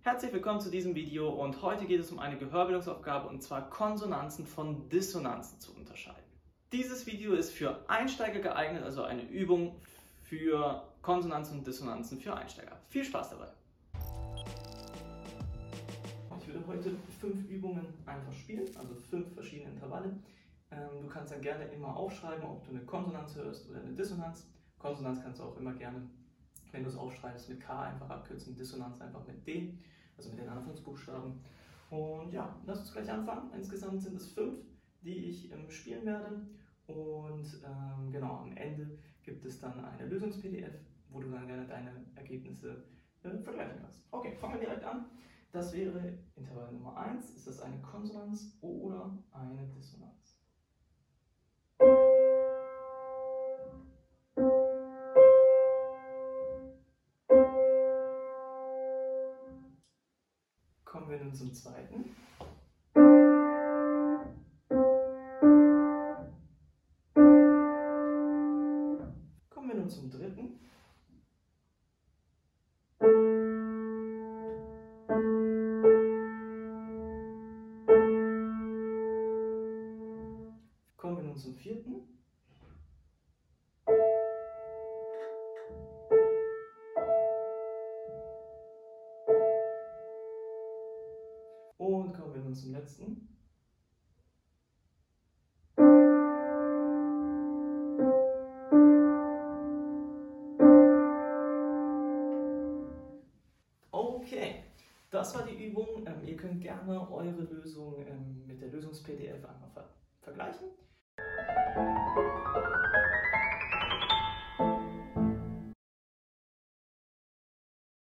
Herzlich willkommen zu diesem Video und heute geht es um eine Gehörbildungsaufgabe und zwar Konsonanzen von Dissonanzen zu unterscheiden. Dieses Video ist für Einsteiger geeignet, also eine Übung für Konsonanzen und Dissonanzen für Einsteiger. Viel Spaß dabei! Ich würde heute 5 Übungen einfach spielen, also 5 verschiedene Intervalle. Du kannst dann gerne immer aufschreiben, ob du eine Konsonanz hörst oder eine Dissonanz. Konsonanz kannst du auch immer gerne, wenn du es aufschreibst, mit K einfach abkürzen, Dissonanz einfach mit D, also mit den Anfangsbuchstaben. Und ja, lass uns gleich anfangen. Insgesamt sind es 5, die ich spielen werde. Und genau, am Ende gibt es dann eine Lösungs-PDF, wo du dann gerne deine Ergebnisse vergleichen kannst. Okay, fangen wir direkt an. Das wäre Intervall Nummer 1. Ist das eine Konsonanz oder eine Dissonanz? Kommen wir nun zum zweiten. Kommen wir nun zum dritten. Kommen wir nun zum vierten. Und kommen wir nun zum letzten. Okay, das war die Übung. Ihr könnt gerne eure Lösung mit der Lösungs-PDF einmal vergleichen.